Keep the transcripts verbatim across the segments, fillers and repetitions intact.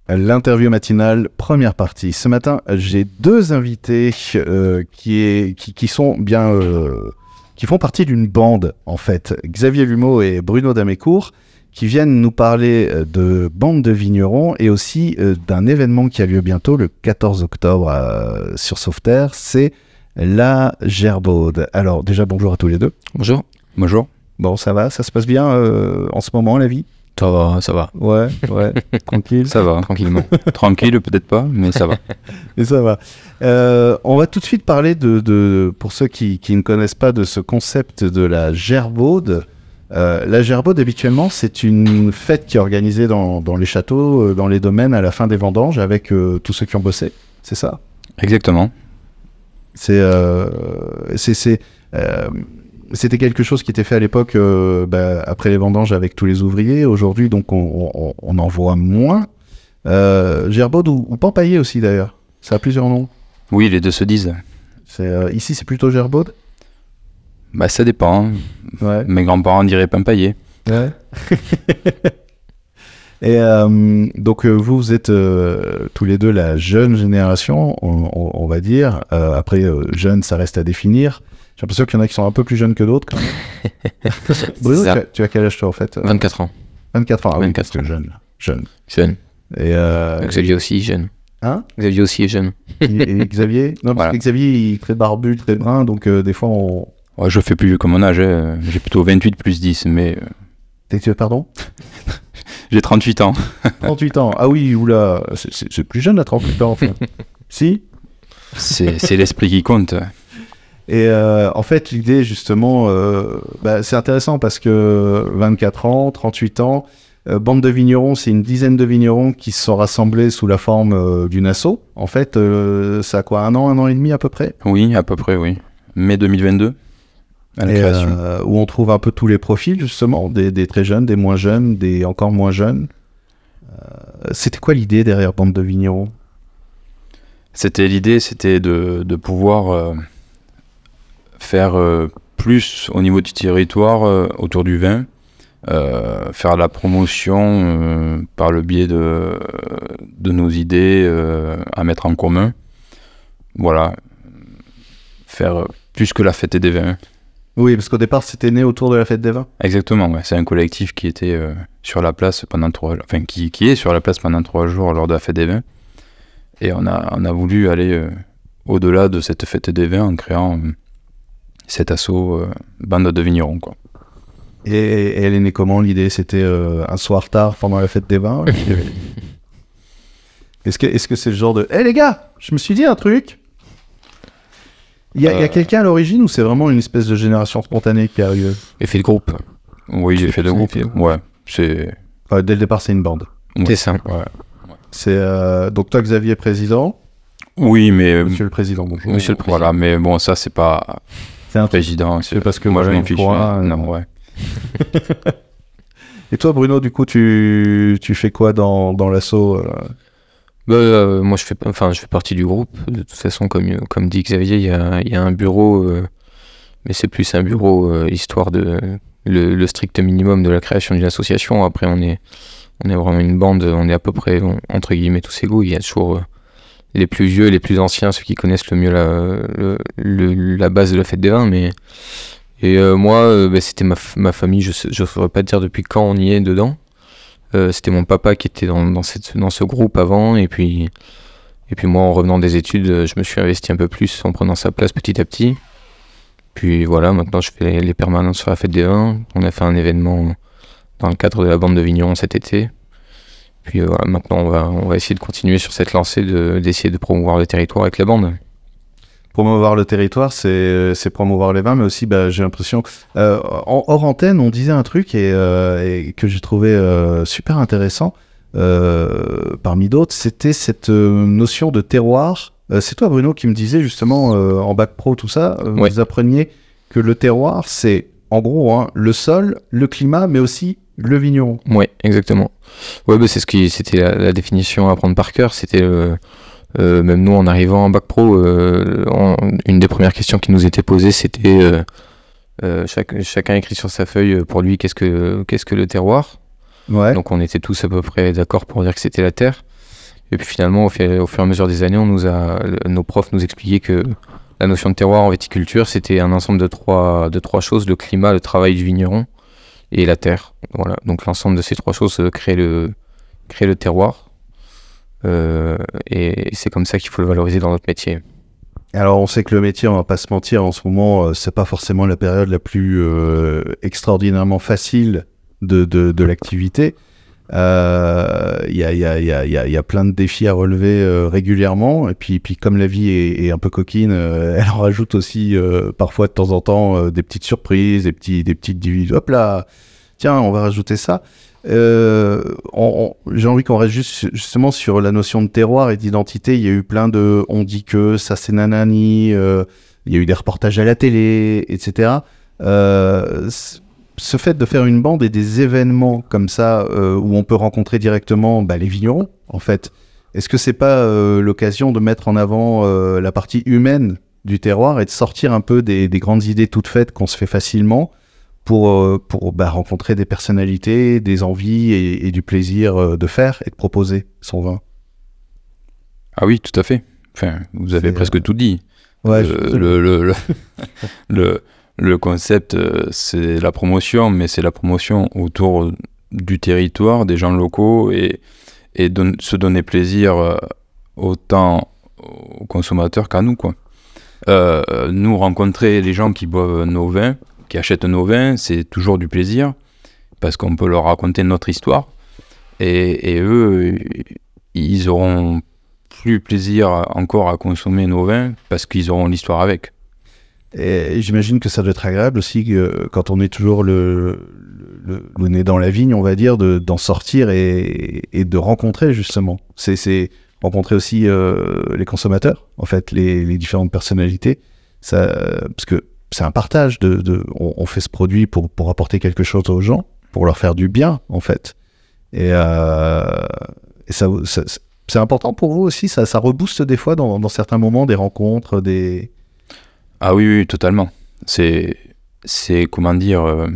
L'interview matinale, première partie. Ce matin, j'ai deux invités euh, qui, est, qui, qui sont bien, euh, qui font partie d'une bande en fait. Xavier Lumeau et Bruno Damécourt, qui viennent nous parler de bande de vignerons et aussi euh, d'un événement qui a lieu bientôt le quatorze octobre euh, sur Sauveterre. C'est la Gerbaude. Alors déjà bonjour à tous les deux. Bonjour. Bonjour. Bon, ça va, ça se passe bien euh, en ce moment la vie? Ça va, ça va. Ouais, ouais, tranquille. Ça va. Tranquillement. Tranquille, peut-être pas, mais ça va. Et ça va. Euh, on va tout de suite parler de, de pour ceux qui, qui ne connaissent pas, de ce concept de la Gerbaude. Euh, la Gerbaude, habituellement, c'est une fête qui est organisée dans, dans les châteaux, euh, dans les domaines, à la fin des vendanges, avec euh, tous ceux qui ont bossé. C'est ça? Exactement. C'est, euh, c'est, c'est, euh, c'était quelque chose qui était fait à l'époque, euh, bah, après les vendanges, avec tous les ouvriers. Aujourd'hui, donc, on, on, on en voit moins. Euh, Gerbaude ou, ou Pampaillé aussi, d'ailleurs. Ça a plusieurs noms. Oui, les deux se disent. C'est, euh, ici, c'est plutôt Gerbaude. Bah, ça dépend. Ouais. Mes grands-parents diraient Pampaillé. Ouais. Et euh, donc, euh, vous, vous êtes euh, tous les deux la jeune génération, on, on, on va dire. Euh, après, euh, jeune, ça reste à définir. J'ai l'impression qu'il y en a qui sont un peu plus jeunes que d'autres. Quand même. Bruno, tu as, tu as quel âge toi en fait? vingt-quatre ans. vingt-quatre ans, ah oui, vingt-quatre parce que jeune. Jeune. Jeune. Et euh, Xavier aussi, jeune. Hein? Xavier aussi est jeune. et, et Xavier? Non, parce Voilà. que Xavier, il est très barbu, très brun, donc euh, des fois, on... Ouais, je fais plus vieux que mon âge. Hein. J'ai plutôt vingt-huit plus dix, mais euh, T'es- tu- Pardon? j'ai trente-huit ans. trente-huit ans. Ah oui, oula, c'est, c'est, c'est plus jeune à trente-huit ans, enfin. Si? C'est, c'est l'esprit qui compte. Et euh, en fait, l'idée, justement, euh, bah, c'est intéressant parce que vingt-quatre ans, trente-huit ans, euh, bande de vignerons, c'est une dizaine de vignerons qui se sont rassemblés sous la forme euh, d'une asso. En fait, euh, ça a quoi, un an, un an et demi à peu près? Oui, à peu près, oui. Mai deux mille vingt-deux, à la Et, création. euh, où on trouve un peu tous les profils, justement, des, des très jeunes, des moins jeunes, des encore moins jeunes. Euh, c'était quoi l'idée derrière bande de vignerons? C'était l'idée, c'était de, de pouvoir euh, faire euh, plus au niveau du territoire euh, autour du vin, euh, faire la promotion euh, par le biais de, de nos idées euh, à mettre en commun. Voilà, faire euh, plus que la fête des vins. Oui, parce qu'au départ, c'était né autour de la fête des vins. Exactement, ouais. C'est un collectif qui était euh, sur la place pendant trois, enfin qui, qui est sur la place pendant trois jours lors de la fête des vins. Et on a, on a voulu aller euh, au-delà de cette fête des vins en créant euh, cet assaut euh, bande de vignerons, quoi. Et, et elle est née comment l'idée? C'était euh, un soir tard pendant la fête des vins? Est-ce que, est-ce que c'est le genre de « Hé hey, les gars, je me suis dit un truc !» Il y a, il y a Euh. quelqu'un à l'origine ou c'est vraiment une espèce de génération spontanée qui arrive? Effet de groupe. Oui, j'ai C'est fait de plus un groupe. effet. Ouais, c'est... Enfin, dès le départ, c'est une bande. Ouais. C'est ça. Ouais. C'est, euh, donc toi, Xavier, président. Oui, mais... euh, Monsieur le président, bonjour. Monsieur le président. Voilà, mais bon, ça, c'est pas C'est un truc. président. C'est parce que moi, je voilà, m'en il fiche. faut un, hein. euh, Non, ouais. Et toi, Bruno, du coup, tu, tu fais quoi dans, dans l'assaut euh Bah, euh, moi, je fais, enfin, je fais partie du groupe. De toute façon, comme, comme dit Xavier, il y a, il y a un bureau, euh, mais c'est plus un bureau euh, histoire de le, le strict minimum de la création d'une association. Après, on est, on est vraiment une bande. On est à peu près on- entre guillemets tous égaux. Il y a toujours euh, les plus vieux, les plus anciens, ceux qui connaissent le mieux la, le, le- la base de la fête des vins. Mais et euh, moi, euh, bah, c'était ma, f- ma famille. Je ne saurais pas te dire depuis quand on y est dedans. Euh, c'était mon papa qui était dans, dans, cette, dans ce groupe avant, et puis, et puis moi, en revenant des études, euh, je me suis investi un peu plus en prenant sa place petit à petit. Puis voilà, maintenant je fais les, les permanences sur la fête des vins. On a fait un événement dans le cadre de la bande de vignerons cet été. Puis euh, voilà, maintenant on va, on va essayer de continuer sur cette lancée, de, d'essayer de promouvoir le territoire avec la bande. Promouvoir le territoire, c'est, c'est promouvoir les vins, mais aussi, bah, j'ai l'impression... Euh, en, hors antenne, on disait un truc et, euh, et que j'ai trouvé euh, super intéressant, euh, parmi d'autres, c'était cette euh, notion de terroir. Euh, c'est toi, Bruno, qui me disais justement, euh, en bac pro, tout ça, euh, Ouais. vous appreniez que le terroir, c'est en gros hein, le sol, le climat, mais aussi le vigneron. Ouais, exactement. Ouais, bah, c'est ce qui, c'était la, la définition à apprendre par cœur. C'était euh, euh, même nous en arrivant en bac pro, euh, en- une des premières questions qui nous était posée, c'était euh, euh, chaque, chacun écrit sur sa feuille euh, pour lui qu'est-ce que qu'est-ce que le terroir. Ouais. Donc on était tous à peu près d'accord pour dire que c'était la terre. Et puis finalement, au fur, au fur et à mesure des années, on nous a, nos profs nous expliquaient que la notion de terroir en viticulture, c'était un ensemble de trois, de trois choses, le climat, le travail du vigneron et la terre. Voilà. Donc l'ensemble de ces trois choses euh, crée le, crée le terroir. Euh, et c'est comme ça qu'il faut le valoriser dans notre métier. Alors on sait que le métier, on va pas se mentir, en ce moment, euh, c'est pas forcément la période la plus euh, extraordinairement facile de, de, de l'activité. Il euh, y, a, y, a, y, a, y, a, y a plein de défis à relever euh, régulièrement, et puis, puis comme la vie est, est un peu coquine, euh, elle en rajoute aussi euh, parfois de temps en temps euh, des petites surprises, des, petits, des petites divisions. Hop là, tiens, on va rajouter ça. Euh, on, on, j'ai envie qu'on reste juste, justement sur la notion de terroir et d'identité. Il y a eu plein de on dit que, ça c'est nanani, euh, il y a eu des reportages à la télé, et cetera. Euh, ce fait de faire une bande et des événements comme ça euh, où on peut rencontrer directement bah, les vignerons, en fait, est-ce que c'est pas euh, l'occasion de mettre en avant euh, la partie humaine du terroir et de sortir un peu des, des grandes idées toutes faites qu'on se fait facilement pour, euh, pour bah, rencontrer des personnalités, des envies et, et du plaisir euh, de faire et de proposer son vin? Ah oui, tout à fait. Enfin, vous avez C'est, presque euh... tout dit. Ouais, euh, je... le, le, le, le, le concept, euh, c'est la promotion, mais c'est la promotion autour du territoire, des gens locaux et, et don- se donner plaisir euh, autant aux consommateurs qu'à nous, quoi. Euh, nous, rencontrer les gens qui boivent nos vins, qui achètent nos vins, c'est toujours du plaisir parce qu'on peut leur raconter notre histoire et, et eux, ils auront plus plaisir encore à consommer nos vins parce qu'ils auront l'histoire avec. Et j'imagine que ça doit être agréable aussi que, quand on est toujours le, le, le nez dans la vigne, on va dire, de, d'en sortir et, et de rencontrer justement. C'est, c'est rencontrer aussi euh, les consommateurs, en fait, les, les différentes personnalités. Ça, parce que c'est un partage. De, de, on, on fait ce produit pour, pour apporter quelque chose aux gens, pour leur faire du bien, en fait. Et, euh, et ça, ça, c'est important pour vous aussi. Ça, ça rebooste des fois dans, dans certains moments des rencontres, des... Ah oui, oui, totalement. C'est, c'est comment dire, euh,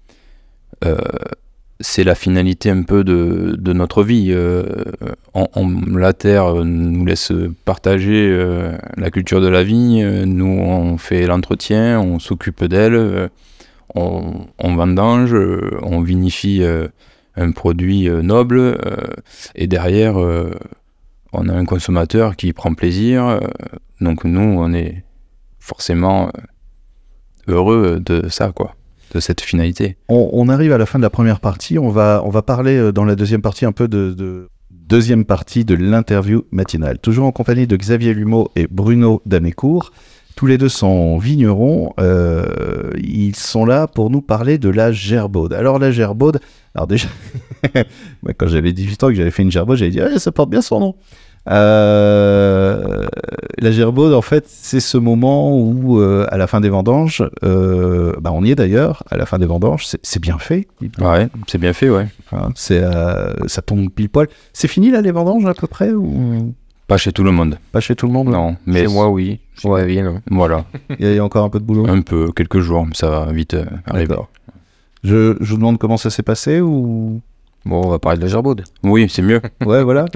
euh, c'est la finalité un peu de, de notre vie. Euh, on, on, la terre nous laisse partager euh, la culture de la vigne. Nous, on fait l'entretien, on s'occupe d'elle, euh, on, on vendange, on vinifie euh, un produit euh, noble. Euh, et derrière, euh, on a un consommateur qui prend plaisir. Euh, donc nous, on est forcément heureux de ça, quoi, de cette finalité. On, on arrive à la fin de la première partie. On va, on va parler dans la deuxième partie un peu de, de deuxième partie de l'interview matinale. Toujours en compagnie de Xavier Lumeau et Bruno d'Amécourt. Tous les deux sont vignerons. Euh, ils sont là pour nous parler de la gerbaude. Alors la gerbaude, alors déjà, quand j'avais dix-huit ans et que j'avais fait une gerbaude, j'avais dit ah, ça porte bien son nom. Euh, la gerbaude, en fait, c'est ce moment où, euh, à la fin des vendanges, euh, bah on y est d'ailleurs, à la fin des vendanges, c'est, c'est bien fait. Ouais, c'est bien fait, ouais. Enfin, c'est, euh, ça tombe pile poil. C'est fini là les vendanges à peu près ou... Pas chez tout le monde. Pas chez tout le monde. Non, mais chez moi, oui. Chez ouais, Xavier, non. Voilà. Il y a encore un peu de boulot. Un peu, quelques jours, mais ça va vite euh, arriver. D'accord. Je, je vous demande comment ça s'est passé ou... Bon, on va parler de la gerbaude. Oui, c'est mieux. Ouais, voilà.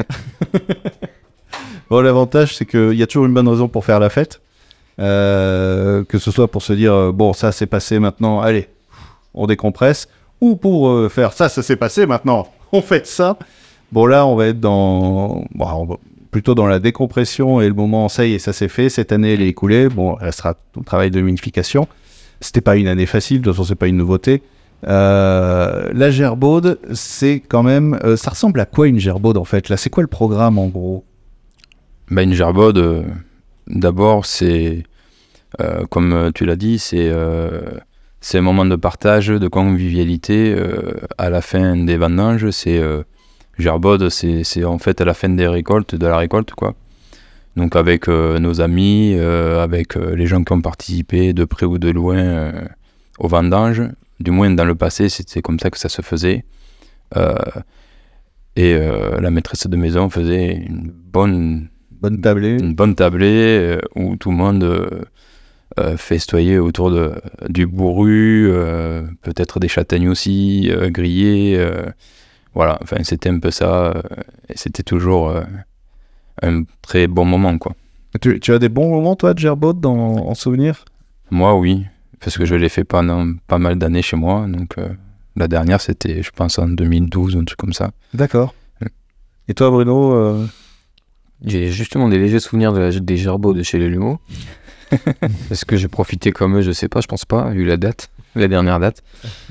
Bon, l'avantage, c'est qu'il y a toujours une bonne raison pour faire la fête. Euh, que ce soit pour se dire, euh, bon, ça c'est passé maintenant, allez, on décompresse. Ou pour euh, faire, ça, ça s'est passé maintenant, on fait ça. Bon, là, on va être dans... Bon, on va plutôt dans la décompression et le moment, ça y est, ça s'est fait. Cette année, elle est écoulée. Bon, il restera tout le travail de vinification. C'était pas une année facile, de toute façon, c'est pas une nouveauté. Euh, la gerbaude, c'est quand même... Euh, ça ressemble à quoi une gerbaude, en fait? Là, c'est quoi le programme, en gros? Bah, une gerbaude, euh, d'abord, c'est, euh, comme tu l'as dit, c'est, euh, c'est un moment de partage, de convivialité. Euh, à la fin des vendanges, c'est euh, gerbaude, c'est, c'est en fait à la fin des récoltes, de la récolte, quoi. Donc avec euh, nos amis, euh, avec euh, les gens qui ont participé de près ou de loin euh, aux vendanges. Du moins, dans le passé, c'était comme ça que ça se faisait. Euh, et euh, la maîtresse de maison faisait une bonne... Bonne tablée. Une bonne tablée euh, où tout le monde euh, euh, festoyait autour de, du bourru, euh, peut-être des châtaignes aussi, euh, grillées. Euh, voilà, enfin c'était un peu ça. Euh, et c'était toujours euh, un très bon moment, quoi. Tu, tu as des bons moments, toi, de Gerbaud, dans, en souvenir? Moi, oui, parce que je l'ai fait pendant pas mal d'années chez moi. Donc, euh, la dernière, c'était, je pense, en deux mille douze, un truc comme ça. D'accord. Et toi, Bruno euh... J'ai justement des légers souvenirs de la, des Gerbaud de chez les Lumeaux. Est-ce que j'ai profité comme eux? Je sais pas, je pense pas, vu la date, la dernière date.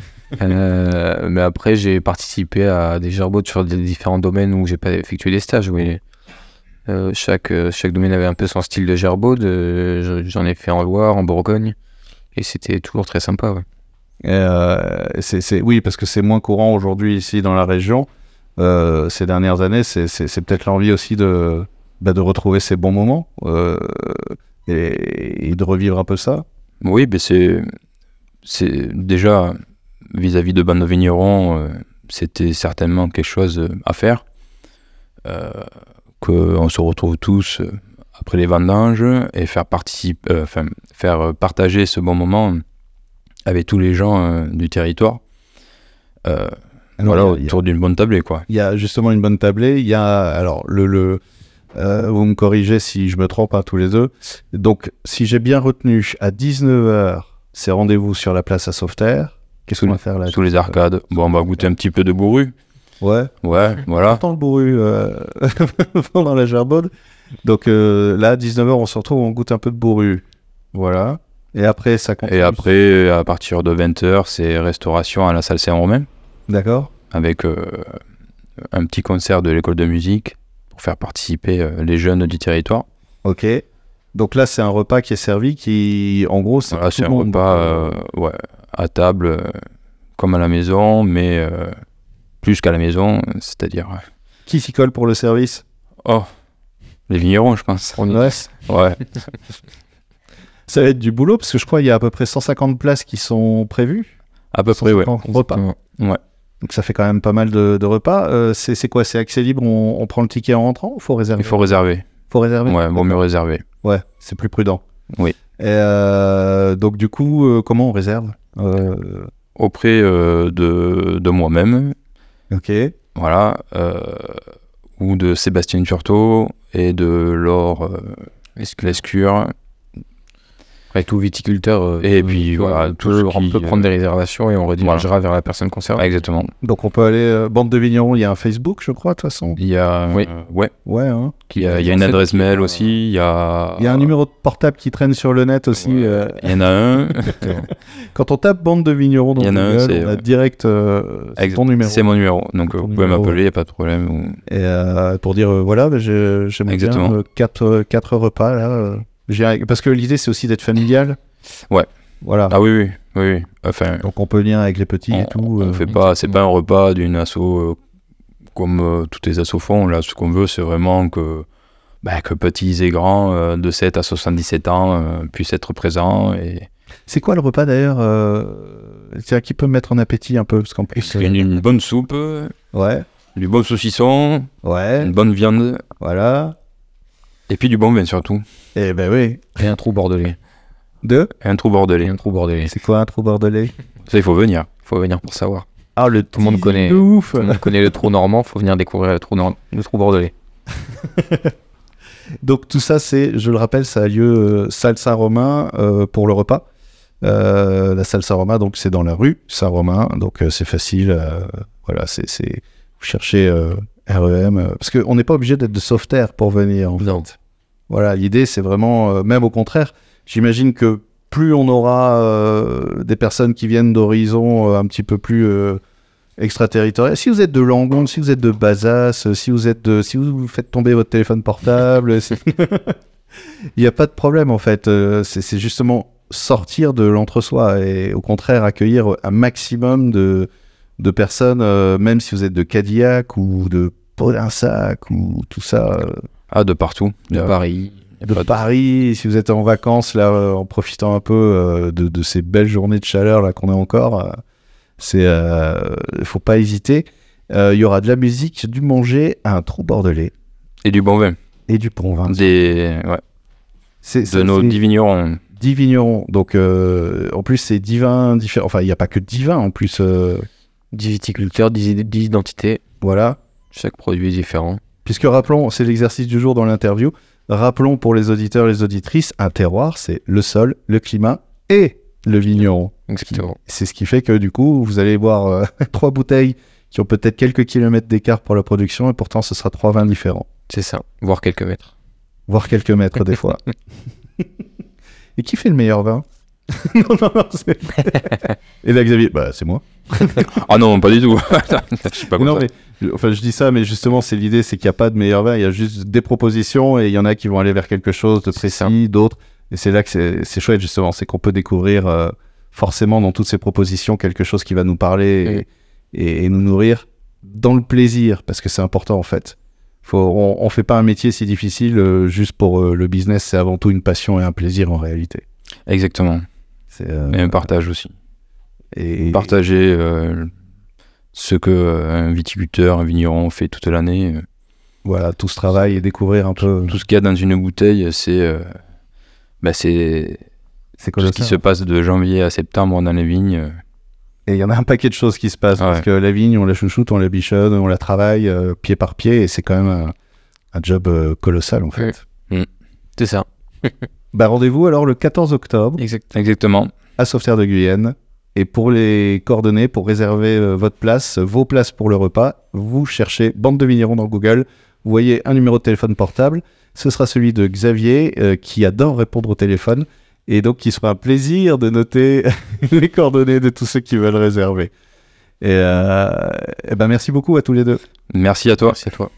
euh, mais après, j'ai participé à des Gerbaud sur des différents domaines où j'ai pas effectué des stages. Oui. Euh, chaque, chaque domaine avait un peu son style de Gerbaud. De, j'en ai fait en Loire, en Bourgogne. Et c'était toujours très sympa. Ouais. Euh, c'est, c'est, oui, parce que c'est moins courant aujourd'hui ici dans la région. Euh, ces dernières années, c'est, c'est, c'est peut-être l'envie aussi de, bah, de retrouver ces bons moments euh, et, et de revivre un peu ça. Oui, mais c'est, c'est déjà vis-à-vis de Bande de Vignerons, euh, c'était certainement quelque chose à faire. Euh, qu'on se retrouve tous euh, après les vendanges et faire participer, euh, enfin, faire partager ce bon moment avec tous les gens euh, du territoire. Euh, alors, voilà, a, autour a, d'une bonne tablée, quoi. Il y a justement une bonne tablée. Il y a, alors, le, le euh, vous me corrigez si je me trompe, hein, tous les deux. Donc, si j'ai bien retenu, à dix-neuf heures, c'est rendez-vous sur la place à Sauveterre. Qu'est-ce qu'on va faire là? Sous les arcades. Bon, on va goûter un petit peu de bourru. Ouais. Ouais, voilà. J'entends le bourru euh, pendant la Gerbaude. Donc euh, là, à dix-neuf heures, on se retrouve, on goûte un peu de bourru. Voilà. Et après, ça continue. Et après, à partir de vingt heures, c'est restauration à la salle Saint-Romain. D'accord. Avec euh, un petit concert de l'école de musique pour faire participer euh, les jeunes du territoire. Ok. Donc là, c'est un repas qui est servi qui, en gros, c'est, voilà, c'est un monde. repas euh, ouais, à table, euh, comme à la maison, mais euh, plus qu'à la maison, c'est-à-dire... Euh... Qui s'y colle pour le service? Oh, les vignerons, je pense. On y ouais. Ouais. Ça va être du boulot, parce que je crois qu'il y a à peu près cent cinquante places qui sont prévues. À peu près, ouais. Repas. Ouais. Donc ça fait quand même pas mal de, de repas. Euh, c'est, c'est quoi? C'est accès libre, on, on prend le ticket en rentrant ou faut réserver? Il faut réserver. Faut réserver? Ouais, vaut mieux réserver. Ouais, c'est plus prudent. Oui. Et euh, donc du coup, euh, comment on réserve? euh... Auprès euh, de, de moi-même. Ok. Voilà. Euh, ou de Sébastien Turtot et de Laure euh, Lescure. Après, tout viticulteur euh, et puis voilà, tout peut, on peut prendre des réservations et on redirigera voilà. vers la personne concernée. Exactement. Donc on peut aller euh, Bande de Vignerons, il y a un Facebook, je crois, de toute façon. Il y a oui. euh, ouais. Ouais hein. Il y a, il y a une adresse mail aussi, il y a Il y a un numéro de portable qui traîne sur le net aussi. Ouais. Euh... Il y en a un. Quand on tape Bande de Vignerons dans Google, un, c'est, on a ouais. direct euh, c'est ton numéro. C'est mon numéro. Donc ton vous pouvez numéro, m'appeler, il n'y a pas de problème. Ou... Et euh, pour dire euh, voilà, bah, j'ai, j'aime Exactement. bien euh, quatre, quatre repas là. Euh, j'ai... Parce que l'idée c'est aussi d'être familial. Ouais. Voilà. Ah oui, oui, oui, oui. Enfin, donc on peut venir avec les petits on, et tout. On euh, fait pas, c'est pas un repas d'une asso euh, comme euh, toutes les assos font. Là, ce qu'on veut, c'est vraiment que, bah, que petits et grands euh, de sept à soixante-dix-sept ans euh, puissent être présents. Et... C'est quoi le repas d'ailleurs euh, c'est qui peut me mettre en appétit un peu parce qu'en plus, il y a une, une bonne soupe. Ouais. Du bon saucisson. Ouais. Une bonne viande. Voilà. Et puis du bon vin surtout. Eh ben oui. Et un trou bordelais. De Et un trou bordelais. Et un trou bordelais. C'est quoi un trou bordelais? Ça, il faut venir. Il faut venir pour savoir. Ah, le tout le monde connaît. Ouf. Tout le monde connaît le trou normand. Il faut venir découvrir le trou, nor- le trou bordelais. Donc tout ça, c'est, je le rappelle, ça a lieu euh, salle Saint-Romain euh, pour le repas. Euh, la salle Saint-Romain, donc c'est dans la rue Saint-Romain, donc euh, c'est facile. Euh, voilà, c'est, c'est vous cherchez euh, R E M euh, parce qu'on n'est pas obligé d'être de Sauveterre pour venir. En non. fait. Voilà, l'idée, c'est vraiment, euh, même au contraire. J'imagine que plus on aura euh, des personnes qui viennent d'horizons euh, un petit peu plus euh, extraterritoriaux, si vous êtes de Langon, si vous êtes de Bazas, si vous êtes de, si vous faites tomber votre téléphone portable, il n'y a pas de problème en fait. Euh, c'est, c'est justement sortir de l'entre-soi et au contraire accueillir un maximum de, de personnes, euh, même si vous êtes de Cadillac ou de Podensac ou tout ça. Euh, ah, de partout. De euh, Paris. De Paris, si vous êtes en vacances, là, euh, en profitant un peu euh, de, de ces belles journées de chaleur là, qu'on a encore, euh, c'est, euh, faut pas hésiter. Il euh, y aura de la musique, du manger, un trou bordelais. Et du bon vin. Et du bon vin. Des, ouais. C'est, de c'est, nos c'est... dix vignerons. dix vignerons. Donc, euh, en plus, c'est dix vins différents. Enfin, il n'y a pas que dix vins en plus. Euh... dix viticulteurs, dix, dix identités. Voilà. Chaque produit est différent. Puisque rappelons, c'est l'exercice du jour dans l'interview, rappelons pour les auditeurs et les auditrices, un terroir, c'est le sol, le climat et le vigneron. Exactement. C'est ce qui fait que du coup, vous allez voir euh, trois bouteilles qui ont peut-être quelques kilomètres d'écart pour la production et pourtant ce sera trois vins différents. C'est ça, voire quelques mètres. Voire quelques mètres des fois. Et qui fait le meilleur vin? Non, non, non. C'est... Et là, Xavier, bah, c'est moi. Ah non, pas du tout. Je suis pas non, content. mais, enfin, je dis ça, mais justement, c'est l'idée, c'est qu'il n'y a pas de meilleur vin, il y a juste des propositions et il y en a qui vont aller vers quelque chose de précis, d'autres. Et c'est là que c'est, c'est chouette, justement, c'est qu'on peut découvrir euh, forcément dans toutes ces propositions quelque chose qui va nous parler et, et, et nous nourrir dans le plaisir, parce que c'est important en fait. Faut, on ne fait pas un métier si difficile euh, juste pour euh, le business, c'est avant tout une passion et un plaisir en réalité. Exactement. C'est, euh, Et un partage aussi. Et... Partager euh, ce que euh, un viticulteur, un vigneron fait toute l'année. Euh, voilà, tout ce travail et découvrir un peu... Tout ce qu'il y a dans une bouteille, c'est, euh, bah, c'est, c'est tout ce qui se passe de janvier à septembre dans les vignes. Et il y en a un paquet de choses qui se passent, Ah parce ouais. que la vigne, on la chouchoute, on la bichonne, on la travaille euh, pied par pied, et c'est quand même un, un job euh, colossal en fait. Mmh. Mmh. C'est ça. Bah, rendez-vous alors le quatorze octobre Exact. Exactement. à Sauveterre de Guyenne. Et pour les coordonnées, pour réserver euh, votre place, vos places pour le repas, vous cherchez Bande de Vignerons dans Google, vous voyez un numéro de téléphone portable, ce sera celui de Xavier euh, qui adore répondre au téléphone, et donc qui sera un plaisir de noter les coordonnées de tous ceux qui veulent réserver. Et, euh, et ben merci beaucoup à tous les deux. Merci à toi. Merci à toi.